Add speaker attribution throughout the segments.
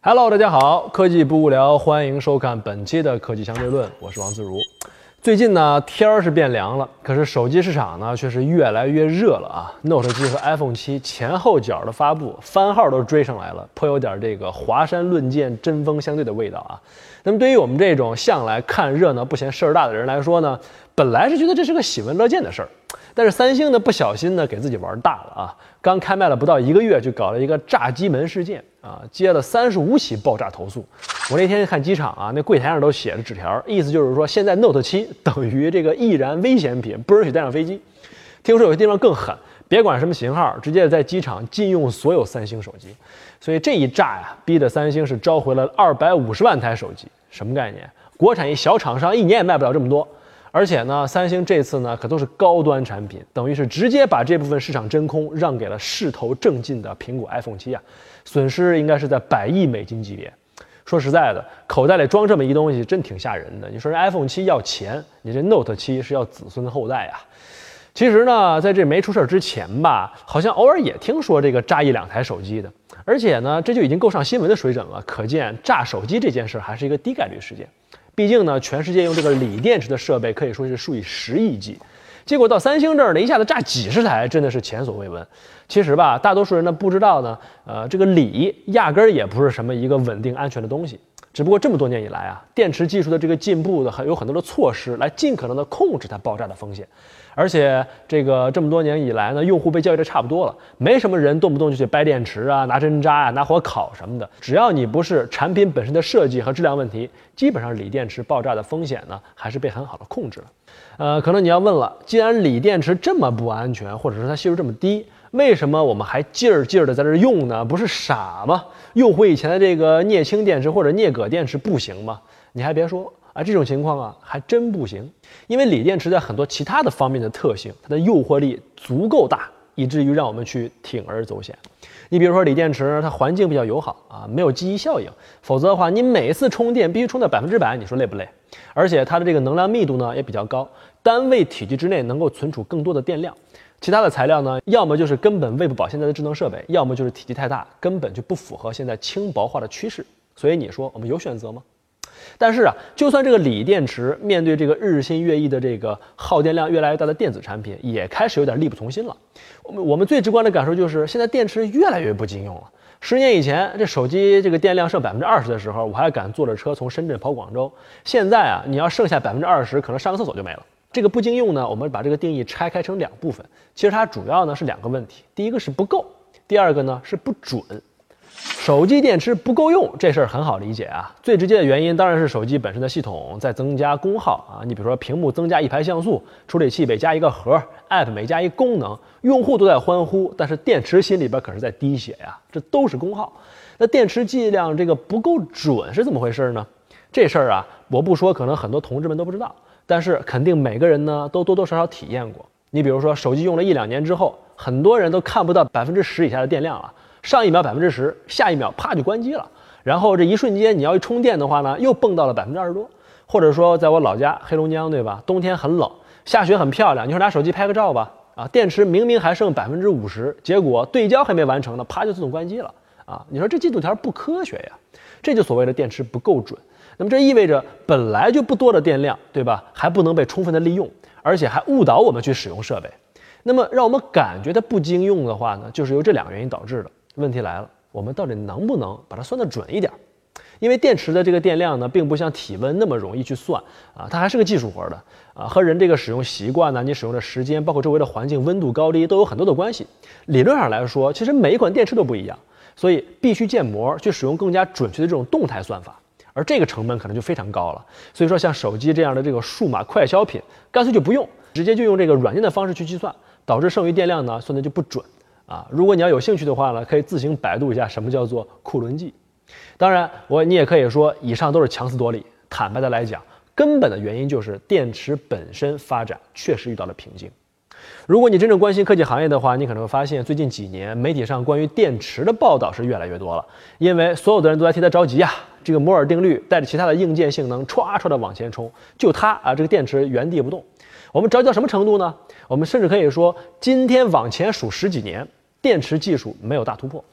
Speaker 1: Hello， 大家好，科技不无聊，欢迎收看本期的科技相对论，我是王自如。最近呢，天儿是变凉了，可是手机市场呢却是越来越热了啊。Note 7和 iPhone 7前后脚的发布，番号都追上来了，颇有点这个华山论剑、针锋相对的味道啊。那么对于我们这种向来看热闹不嫌事儿大的人来说呢，本来是觉得这是个喜闻乐见的事儿。但是三星呢不小心呢给自己玩大了啊！刚开卖了不到1个月就搞了一个炸机门事件啊，接了35起爆炸投诉。我那天看机场啊，那柜台上都写着纸条，意思就是说现在 Note 7等于这个易燃危险品，不允许带上飞机。听说有些地方更狠，别管什么型号，直接在机场禁用所有三星手机。所以这一炸呀，逼得三星是召回了250万台手机，什么概念？国产一小厂商1年也卖不了这么多。而且呢，三星这次呢可都是高端产品，等于是直接把这部分市场真空让给了势头正劲的苹果 iPhone 7啊，损失应该是在100亿美金级别。说实在的，口袋里装这么一东西真挺吓人的。你说人 iPhone 7要钱，你这 Note 7是要子孙后代啊。其实呢，在这没出事之前吧，好像偶尔也听说这个炸1、2台手机的，而且呢，这就已经够上新闻的水准了。可见炸手机这件事还是一个低概率事件。毕竟呢，全世界用这个锂电池的设备可以说是数以10亿计，结果到三星这儿呢，一下子炸几十台，真的是前所未闻。其实吧，大多数人呢不知道呢，这个锂压根儿也不是什么一个稳定安全的东西。只不过这么多年以来啊，电池技术的这个进步的有很多的措施来尽可能的控制它爆炸的风险。而且这么多年以来呢，用户被教育的差不多了，没什么人动不动就去掰电池啊、拿针扎啊、拿火烤什么的。只要你不是产品本身的设计和质量问题，基本上锂电池爆炸的风险呢还是被很好的控制了。可能你要问了，既然锂电池这么不安全，或者说它系数这么低，为什么我们还劲儿的在这用呢？不是傻吗？用回以前的这个镍氢电池或者镍铬电池不行吗？你还别说啊，这种情况啊还真不行，因为锂电池在很多其他的方面的特性，它的诱惑力足够大，以至于让我们去铤而走险。你比如说锂电池，它环境比较友好啊，没有记忆效应，否则的话，你每次充电必须充到100%，你说累不累？而且它的这个能量密度呢也比较高，单位体积之内能够存储更多的电量。其他的材料呢，要么就是根本喂不饱现在的智能设备，要么就是体积太大，根本就不符合现在轻薄化的趋势。所以你说我们有选择吗？但是啊，就算这个锂电池面对这个日新月异的这个耗电量越来越大的电子产品，也开始有点力不从心了。我们最直观的感受就是，现在电池越来越不经用了。10年以前，这手机这个电量剩20%的时候，我还敢坐着车从深圳跑广州。现在啊，你要剩下20%，可能上个厕所就没了。这个不经用呢，我们把这个定义拆开成2部分。其实它主要呢是2个问题，第一个是不够，第二个呢是不准。手机电池不够用这事儿很好理解啊，最直接的原因当然是手机本身的系统在增加功耗啊。你比如说屏幕增加1排像素，处理器每加一个核 ，App 每加一功能，用户都在欢呼，但是电池心里边可是在滴血呀，这都是功耗。那电池剂量这个不够准是怎么回事呢？这事儿啊，我不说，可能很多同志们都不知道，但是肯定每个人呢都多多少少体验过。你比如说手机用了1、2年之后，很多人都看不到10%以下的电量了。上一秒10%，下一秒啪就关机了，然后这一瞬间你要一充电的话呢，又蹦到了20%多。或者说在我老家黑龙江，对吧？冬天很冷，下雪很漂亮，你说拿手机拍个照吧，啊，电池明明还剩50%，结果对焦还没完成呢，啪就自动关机了啊！你说这进度条不科学呀？这就所谓的电池不够准。那么这意味着本来就不多的电量，对吧？还不能被充分的利用，而且还误导我们去使用设备。那么让我们感觉它不经用的话呢，就是由这2个原因导致的。问题来了，我们到底能不能把它算得准一点？因为电池的这个电量呢，并不像体温那么容易去算啊，它还是个技术活的啊，和人这个使用习惯呢、你使用的时间，包括周围的环境温度高低都有很多的关系。理论上来说，其实每一款电池都不一样，所以必须建模去使用更加准确的这种动态算法，而这个成本可能就非常高了。所以说，像手机这样的这个数码快消品，干脆就不用，直接就用这个软件的方式去计算，导致剩余电量呢算的就不准。啊，如果你要有兴趣的话呢，可以自行百度一下什么叫做库仑计。当然，你也可以说，以上都是强词夺理。坦白的来讲，根本的原因就是电池本身发展确实遇到了瓶颈。如果你真正关心科技行业的话，你可能会发现，最近几年媒体上关于电池的报道是越来越多了，因为所有的人都在替它着急啊。这个摩尔定律带着其他的硬件性能歘歘的往前冲，就它啊，这个电池原地不动。我们着急到什么程度呢？我们甚至可以说，今天往前数10几年，电池技术没有大突破。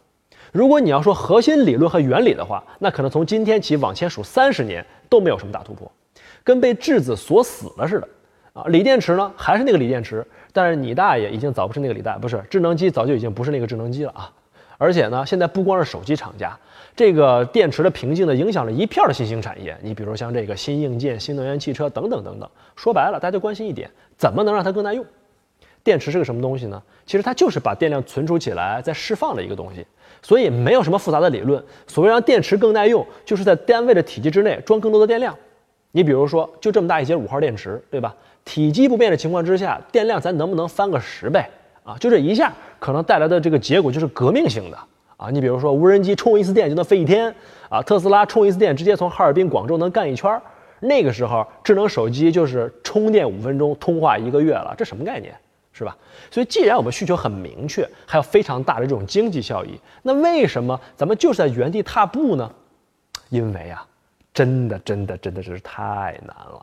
Speaker 1: 如果你要说核心理论和原理的话，那可能从今天起往前数30年都没有什么大突破，跟被质子锁死了似的啊。锂电池呢还是那个锂电池，但是你大爷已经早不是那个不是智能机早就已经不是那个智能机了啊。而且呢，现在不光是手机厂家，这个电池的瓶颈呢，影响了一片的新兴产业。你比如像这个新硬件、新能源汽车等等等等。说白了，大家关心一点，怎么能让它更耐用？电池是个什么东西呢？其实它就是把电量存储起来再释放的一个东西，所以没有什么复杂的理论。所谓让电池更耐用，就是在单位的体积之内装更多的电量。你比如说，就这么大一节5号电池，对吧？体积不变的情况之下，电量咱能不能翻个10倍？啊，就这一下可能带来的这个结果就是革命性的啊！你比如说无人机充一次电就能飞一天啊，特斯拉充一次电直接从哈尔滨、广州能干一圈。那个时候智能手机就是充电5分钟，通话1个月了，这什么概念？是吧？所以既然我们需求很明确，还有非常大的这种经济效益，那为什么咱们就是在原地踏步呢？因为啊，真的是太难了。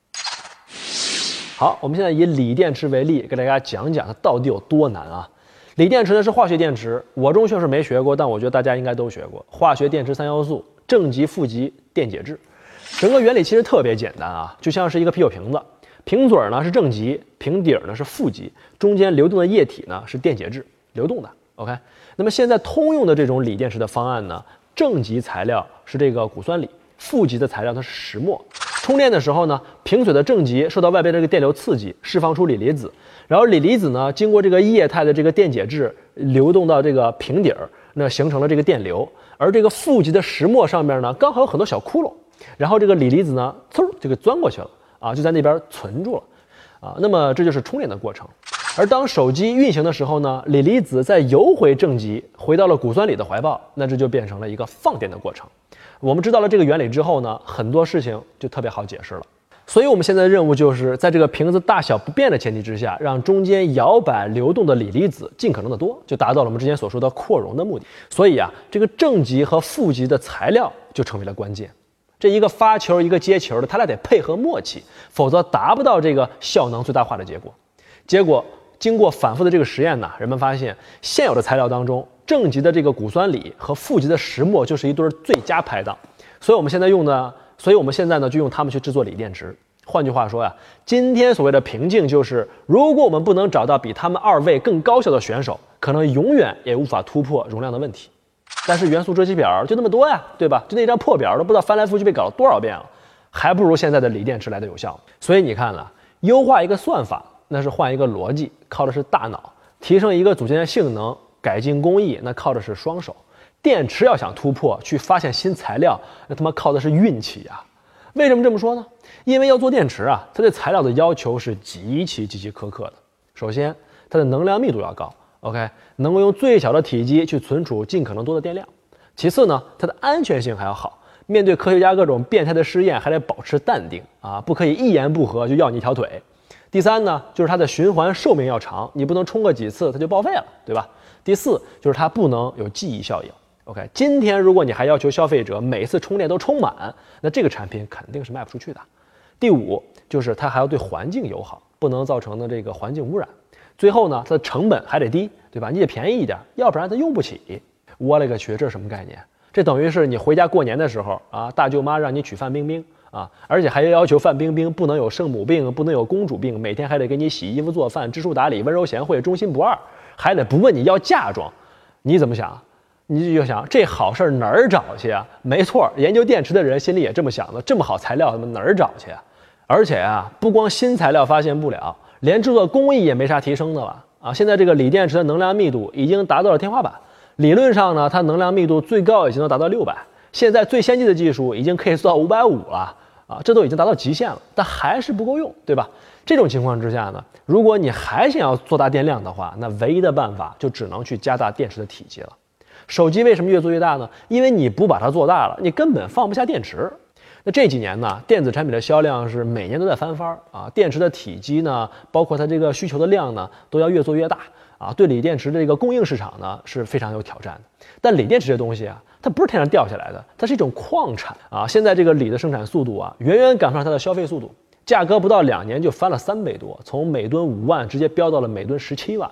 Speaker 1: 好，我们现在以锂电池为例，给大家讲讲它到底有多难啊。锂电池呢是化学电池，我中学是没学过，但我觉得大家应该都学过。化学电池3要素：正极、负极、电解质。整个原理其实特别简单啊，就像是一个啤酒瓶子，瓶嘴呢是正极，瓶底呢是负极，中间流动的液体呢是电解质，流动的。OK， 那么现在通用的这种锂电池的方案呢，正极材料是这个钴酸锂，负极的材料它是石墨。充电的时候呢，瓶嘴的正极受到外边这个电流刺激，释放出锂离子，然后锂离子呢经过这个液态的这个电解质流动到这个瓶底儿，那形成了这个电流。而这个负极的石墨上面呢，刚好有很多小窟窿，然后这个锂离子呢，嗖就给钻过去了啊，就在那边存住了啊。那么这就是充电的过程。而当手机运行的时候呢，锂离子再游回正极，回到了钴酸锂的怀抱，那这就变成了一个放电的过程。我们知道了这个原理之后呢，很多事情就特别好解释了。所以我们现在的任务就是在这个瓶子大小不变的前提之下，让中间摇摆流动的锂离子尽可能的多，就达到了我们之前所说的扩容的目的。所以啊，这个正极和负极的材料就成为了关键。这一个发球一个接球的，它俩得配合默契，否则达不到这个效能最大化的结果。结果经过反复的这个实验呢，人们发现现有的材料当中，正极的这个钴酸锂和负极的石墨就是一对最佳拍档。所以我们现在呢就用它们去制作锂电池。换句话说呀，今天所谓的瓶颈就是，如果我们不能找到比他们2位更高效的选手，可能永远也无法突破容量的问题。但是元素周期表就那么多呀，对吧？就那张破表都不知道翻来覆去被搞了多少遍了，还不如现在的锂电池来的有效。所以你看了，优化一个算法那是换一个逻辑，靠的是大脑；提升一个组件的性能，改进工艺，那靠的是双手。电池要想突破，去发现新材料，那他妈靠的是运气啊！为什么这么说呢？因为要做电池啊，它对材料的要求是极其苛刻的。首先，它的能量密度要高 ，OK， 能够用最小的体积去存储尽可能多的电量。其次呢，它的安全性还要好，面对科学家各种变态的试验，还得保持淡定啊，不可以一言不合就要你一条腿。第三呢，就是它的循环寿命要长，你不能充个几次它就报废了，对吧？第四就是它不能有记忆效应。OK， 今天如果你还要求消费者每次充电都充满，那这个产品肯定是卖不出去的。第五就是它还要对环境友好，不能造成的这个环境污染。最后呢，它的成本还得低，对吧？你得便宜一点，要不然它用不起。我勒个去，这是什么概念？这等于是你回家过年的时候啊，大舅妈让你娶范冰冰啊，而且还要求范冰冰不能有圣母病，不能有公主病，每天还得给你洗衣服做饭，知书达理，温柔贤惠，忠心不二，还得不问你要嫁妆。你怎么想？你就想这好事哪儿找去啊？没错，研究电池的人心里也这么想的。这么好材料，他们哪儿找去啊？而且啊，不光新材料发现不了，连制作工艺也没啥提升的了啊！现在这个锂电池的能量密度已经达到了天花板，理论上呢，它能量密度最高已经能达到600，现在最先进的技术已经可以做到550了啊！这都已经达到极限了，但还是不够用，对吧？这种情况之下呢，如果你还想要做大电量的话，那唯一的办法就只能去加大电池的体积了。手机为什么越做越大呢？因为你不把它做大了，你根本放不下电池。那这几年呢，电子产品的销量是每年都在翻番啊，电池的体积呢，包括它这个需求的量呢，都要越做越大啊。对锂电池的这个供应市场呢是非常有挑战的。但锂电池这东西啊，它不是天上掉下来的，它是一种矿产啊。现在这个锂的生产速度啊，远远赶不上它的消费速度，价格不到2年就翻了3倍多，从每吨5万直接飙到了每吨17万。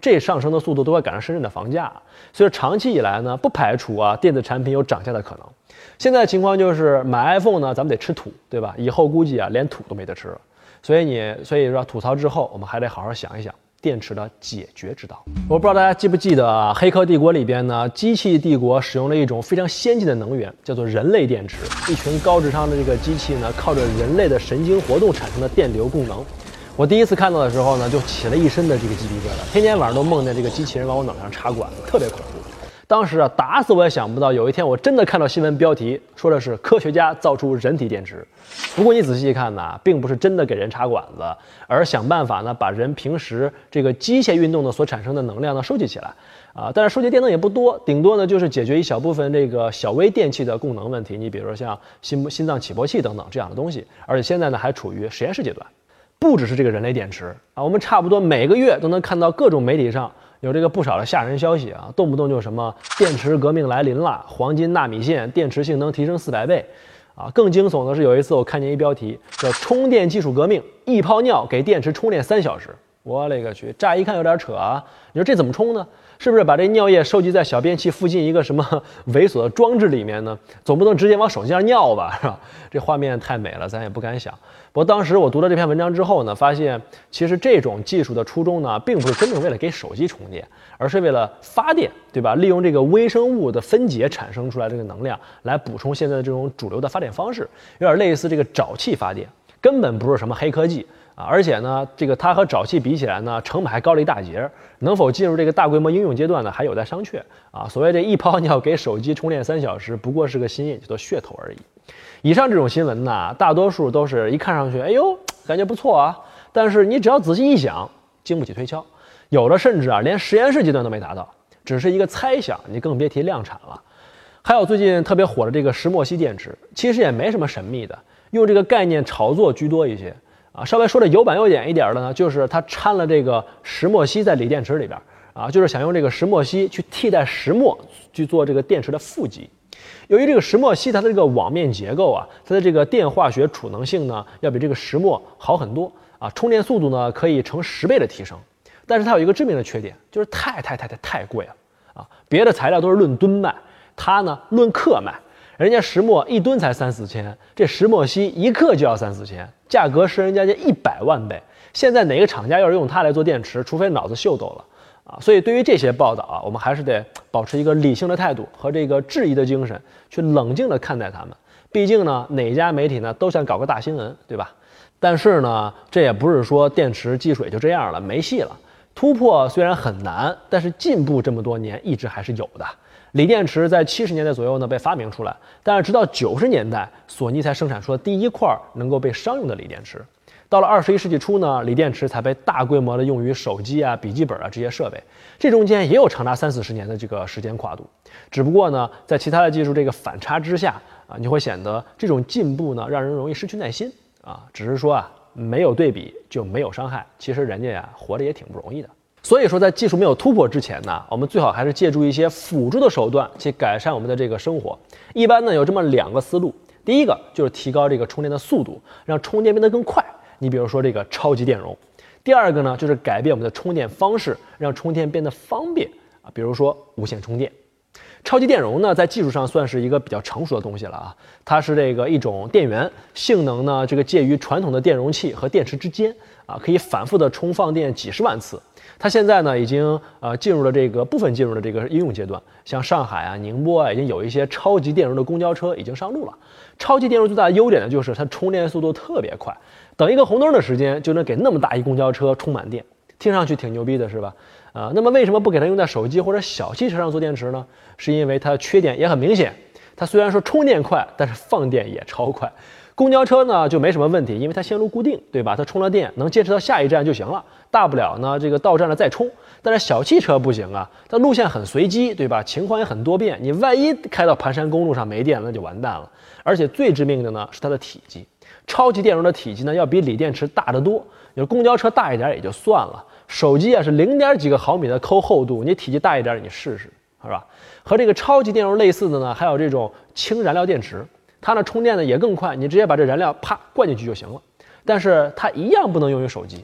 Speaker 1: 这上升的速度都会赶上深圳的房价，所以长期以来呢，不排除电子产品有涨价的可能。现在的情况就是买 iPhone 呢，咱们得吃土，对吧？以后估计连土都没得吃了。所以说吐槽之后，我们还得好好想一想电池的解决之道。我不知道大家记不记得《黑客帝国》里边呢，机器帝国使用了一种非常先进的能源，叫做人类电池。一群高智商的这个机器呢，靠着人类的神经活动产生的电流供能。我第一次看到的时候呢，就起了一身的这个鸡皮疙瘩，天天晚上都梦见这个机器人往我脑袋上插管子，特别恐怖。当时打死我也想不到，有一天我真的看到新闻标题，说的是科学家造出人体电池。不过你仔细一看呢，并不是真的给人插管子，而想办法呢把人平时这个机械运动呢所产生的能量呢收集起来但是收集电能也不多，顶多呢就是解决一小部分这个小微电器的供能问题。你比如说像心脏起搏器等等这样的东西，而且现在呢还处于实验室阶段。不只是这个人类电池我们差不多每个月都能看到各种媒体上有这个不少的吓人消息动不动就什么电池革命来临了，黄金纳米线电池性能提升400倍更惊悚的是，有一次我看见一标题叫充电技术革命，一泡尿给电池充电3小时。我勒个去，乍一看有点扯你说这怎么充呢？是不是把这尿液收集在小便器附近一个什么猥琐的装置里面呢？总不能直接往手机上尿吧，是吧？这画面太美了，咱也不敢想。不过当时我读了这篇文章之后呢，发现其实这种技术的初衷呢，并不是真正为了给手机充电，而是为了发电，对吧？利用这个微生物的分解产生出来这个能量，来补充现在的这种主流的发电方式，有点类似这个沼气发电，根本不是什么黑科技。而且呢，这个它和沼气比起来呢，成本还高了一大截，能否进入这个大规模应用阶段呢，还有待商榷所谓这一泡尿给手机充电3小时，不过是个新颖，叫做噱头而已。以上这种新闻呢，大多数都是一看上去，哎呦，感觉不错但是你只要仔细一想，经不起推敲，有的甚至连实验室阶段都没达到，只是一个猜想，你更别提量产了。还有最近特别火的这个石墨烯电池，其实也没什么神秘的，用这个概念炒作居多一些。稍微说的有板有眼一点的呢，就是它掺了这个石墨烯在锂电池里边就是想用这个石墨烯去替代石墨去做这个电池的负极。由于这个石墨烯它的这个网面结构它的这个电化学储能性呢要比这个石墨好很多充电速度呢可以成10倍的提升。但是它有一个致命的缺点，就是太贵了别的材料都是论吨卖，它呢论克卖。人家石墨1吨才3-4千，这石墨烯1克就要3-4千，价格是人家100万倍。现在哪个厂家要是用它来做电池，除非脑子秀逗了所以对于这些报道我们还是得保持一个理性的态度和这个质疑的精神，去冷静的看待它们。毕竟呢，哪家媒体呢都想搞个大新闻，对吧？但是呢，这也不是说电池技术也就这样了，没戏了。突破虽然很难，但是进步这么多年一直还是有的。锂电池在70年代左右呢被发明出来，但是直到90年代，索尼才生产出了第一块能够被商用的锂电池。到了21世纪初呢，锂电池才被大规模的用于手机笔记本这些设备。这中间也有长达30-40年的这个时间跨度。只不过呢，在其他的技术这个反差之下你会显得这种进步呢让人容易失去耐心只是说没有对比就没有伤害。其实人家活得也挺不容易的。所以说，在技术没有突破之前呢，我们最好还是借助一些辅助的手段去改善我们的这个生活。一般呢有这么2个思路，第一个就是提高这个充电的速度，让充电变得更快。你比如说这个超级电容。第二个呢就是改变我们的充电方式，让充电变得方便比如说无线充电。超级电容呢，在技术上算是一个比较成熟的东西了它是这个一种电源，性能呢这个介于传统的电容器和电池之间可以反复的充放电几十万次。它现在呢已经进入了这个部分进入了这个应用阶段，像上海宁波已经有一些超级电容的公交车已经上路了。超级电容最大的优点呢就是它充电速度特别快，等一个红灯的时间就能给那么大一公交车充满电，听上去挺牛逼的是吧？那么为什么不给它用在手机或者小汽车上做电池呢？是因为它的缺点也很明显，它虽然说充电快，但是放电也超快。公交车呢就没什么问题，因为它线路固定，对吧？它充了电能坚持到下一站就行了，大不了呢这个到站了再充。但是小汽车不行它路线很随机，对吧？情况也很多变，你万一开到盘山公路上没电了，那就完蛋了。而且最致命的呢是它的体积，超级电容的体积呢要比锂电池大得多。有公交车大一点也就算了，手机是0.几个毫米的抠厚度，你体积大一点你试试，是吧？和这个超级电容类似的呢，还有这种氢燃料电池。它呢充电呢也更快，你直接把这燃料啪灌进去就行了。但是它一样不能用于手机，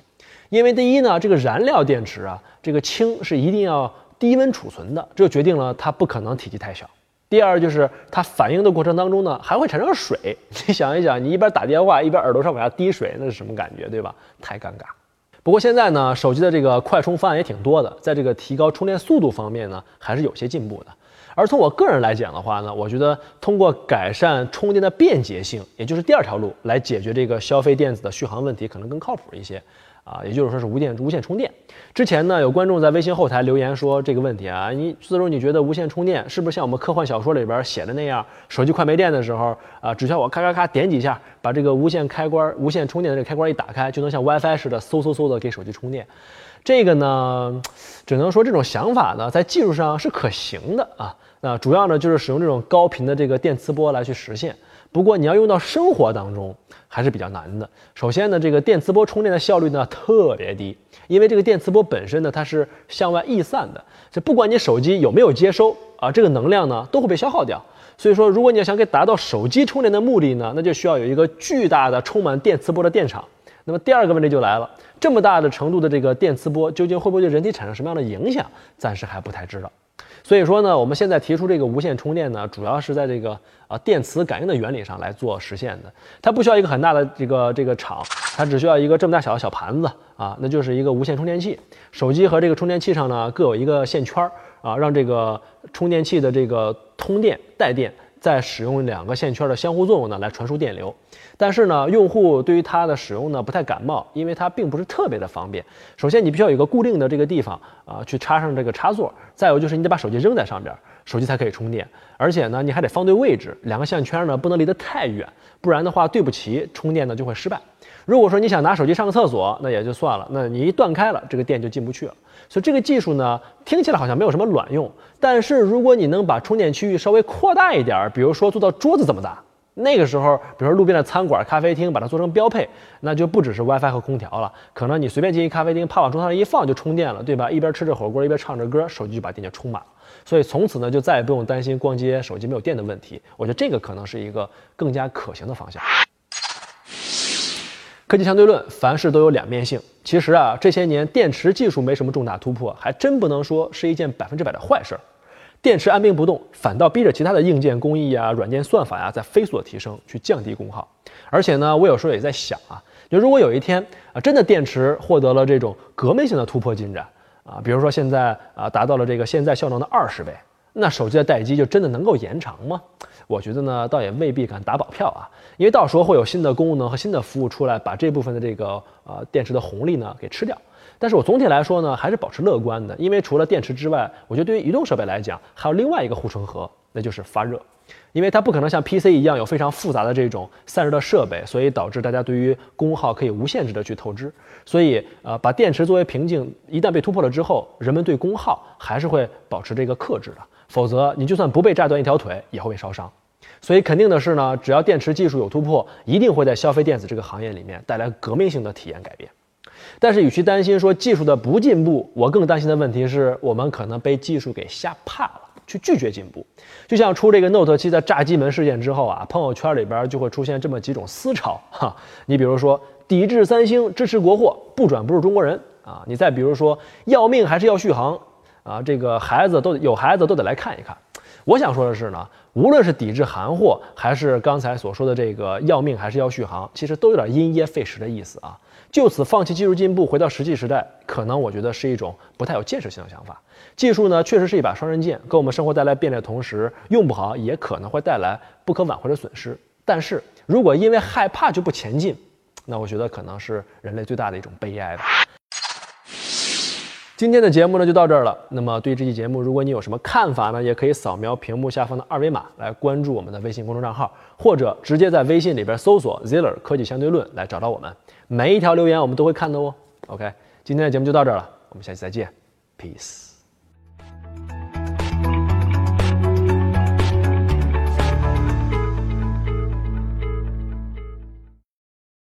Speaker 1: 因为第一呢，这个燃料电池啊，这个氢是一定要低温储存的，这就决定了它不可能体积太小。第二就是它反应的过程当中呢，还会产生水。你想一想，你一边打电话一边耳朵上往下滴水，那是什么感觉，对吧？太尴尬。不过现在呢，手机的这个快充方案也挺多的，在这个提高充电速度方面呢，还是有些进步的。而从我个人来讲的话呢，我觉得通过改善充电的便捷性，也就是第二条路来解决这个消费电子的续航问题，可能更靠谱一些。也就是说是无线充电。之前呢，有观众在微信后台留言说这个问题啊，自如你觉得无线充电是不是像我们科幻小说里边写的那样，手机快没电的时候只需要我咔咔咔点几下，把这个无线充电的这个开关一打开，就能像 WiFi 似的嗖的给手机充电。这个呢，只能说这种想法呢，在技术上是可行的啊。主要呢就是使用这种高频的这个电磁波来去实现。不过你要用到生活当中还是比较难的。首先呢，这个电磁波充电的效率呢特别低，因为这个电磁波本身呢它是向外逸散的，这不管你手机有没有接收这个能量呢都会被消耗掉。所以说，如果你要想给达到手机充电的目的呢，那就需要有一个巨大的充满电磁波的电场。那么第二个问题就来了，这么大的程度的这个电磁波究竟会不会对人体产生什么样的影响，暂时还不太知道。所以说呢，我们现在提出这个无线充电呢，主要是在这个电磁感应的原理上来做实现的。它不需要一个很大的这个场，它只需要一个这么大小的小盘子那就是一个无线充电器。手机和这个充电器上呢各有一个线圈让这个充电器的这个通电带电，再使用两个线圈的相互作用呢来传输电流。但是呢，用户对于它的使用呢不太感冒，因为它并不是特别的方便。首先，你必须要有一个固定的这个地方去插上这个插座，再有就是你得把手机扔在上边，手机才可以充电。而且呢，你还得放对位置，两个线圈呢不能离得太远，不然的话，对不齐，充电呢就会失败。如果说你想拿手机上个厕所，那也就算了，那你一断开了，这个电就进不去了。所以这个技术呢，听起来好像没有什么卵用，但是如果你能把充电区域稍微扩大一点，比如说做到桌子这么大。那个时候，比如说路边的餐馆、咖啡厅，把它做成标配，那就不只是 WiFi 和空调了。可能你随便进一咖啡厅，啪往桌上一放就充电了，对吧？一边吃着火锅，一边唱着歌，手机就把电就充满了。所以从此呢，就再也不用担心逛街手机没有电的问题。我觉得这个可能是一个更加可行的方向。科技相对论，凡事都有两面性。其实这些年电池技术没什么重大突破，还真不能说是一件100%的坏事。电池按兵不动，反倒逼着其他的硬件工艺软件算法在飞速的提升，去降低功耗。而且呢，我有时候也在想就如果有一天真的电池获得了这种革命性的突破进展比如说现在达到了这个现在效能的20倍，那手机的待机就真的能够延长吗？我觉得呢，倒也未必敢打保票因为到时候会有新的功能和新的服务出来，把这部分的这个电池的红利呢给吃掉。但是我总体来说呢，还是保持乐观的，因为除了电池之外，我觉得对于移动设备来讲，还有另外一个护城河，那就是发热。因为它不可能像 PC 一样有非常复杂的这种散热的设备，所以导致大家对于功耗可以无限制的去透支。所以把电池作为瓶颈，一旦被突破了之后，人们对功耗还是会保持这个克制的，否则你就算不被炸断一条腿，也会被烧伤。所以肯定的是呢，只要电池技术有突破，一定会在消费电子这个行业里面带来革命性的体验改变。但是与其担心说技术的不进步，我更担心的问题是我们可能被技术给吓怕了，去拒绝进步。就像出这个 Note 7的炸机门事件之后朋友圈里边就会出现这么几种思潮你比如说抵制三星，支持国货，不转不是中国人你再比如说要命还是要续航这个孩子都得来看一看。我想说的是呢，无论是抵制韩货，还是刚才所说的这个要命还是要续航，其实都有点因噎废食的意思就此放弃技术进步，回到石器时代，可能我觉得是一种不太有建设性的想法。技术呢，确实是一把双刃剑，给我们生活带来便利的同时，用不好也可能会带来不可挽回的损失。但是如果因为害怕就不前进，那我觉得可能是人类最大的一种悲哀吧。今天的节目呢就到这儿了。那么对于这期节目，如果你有什么看法呢，也可以扫描屏幕下方的2维码来关注我们的微信公众账号，或者直接在微信里边搜索 Ziller 科技相对论来找到我们。每一条留言我们都会看的哦。OK， 今天的节目就到这儿了，我们下期再见 ，Peace。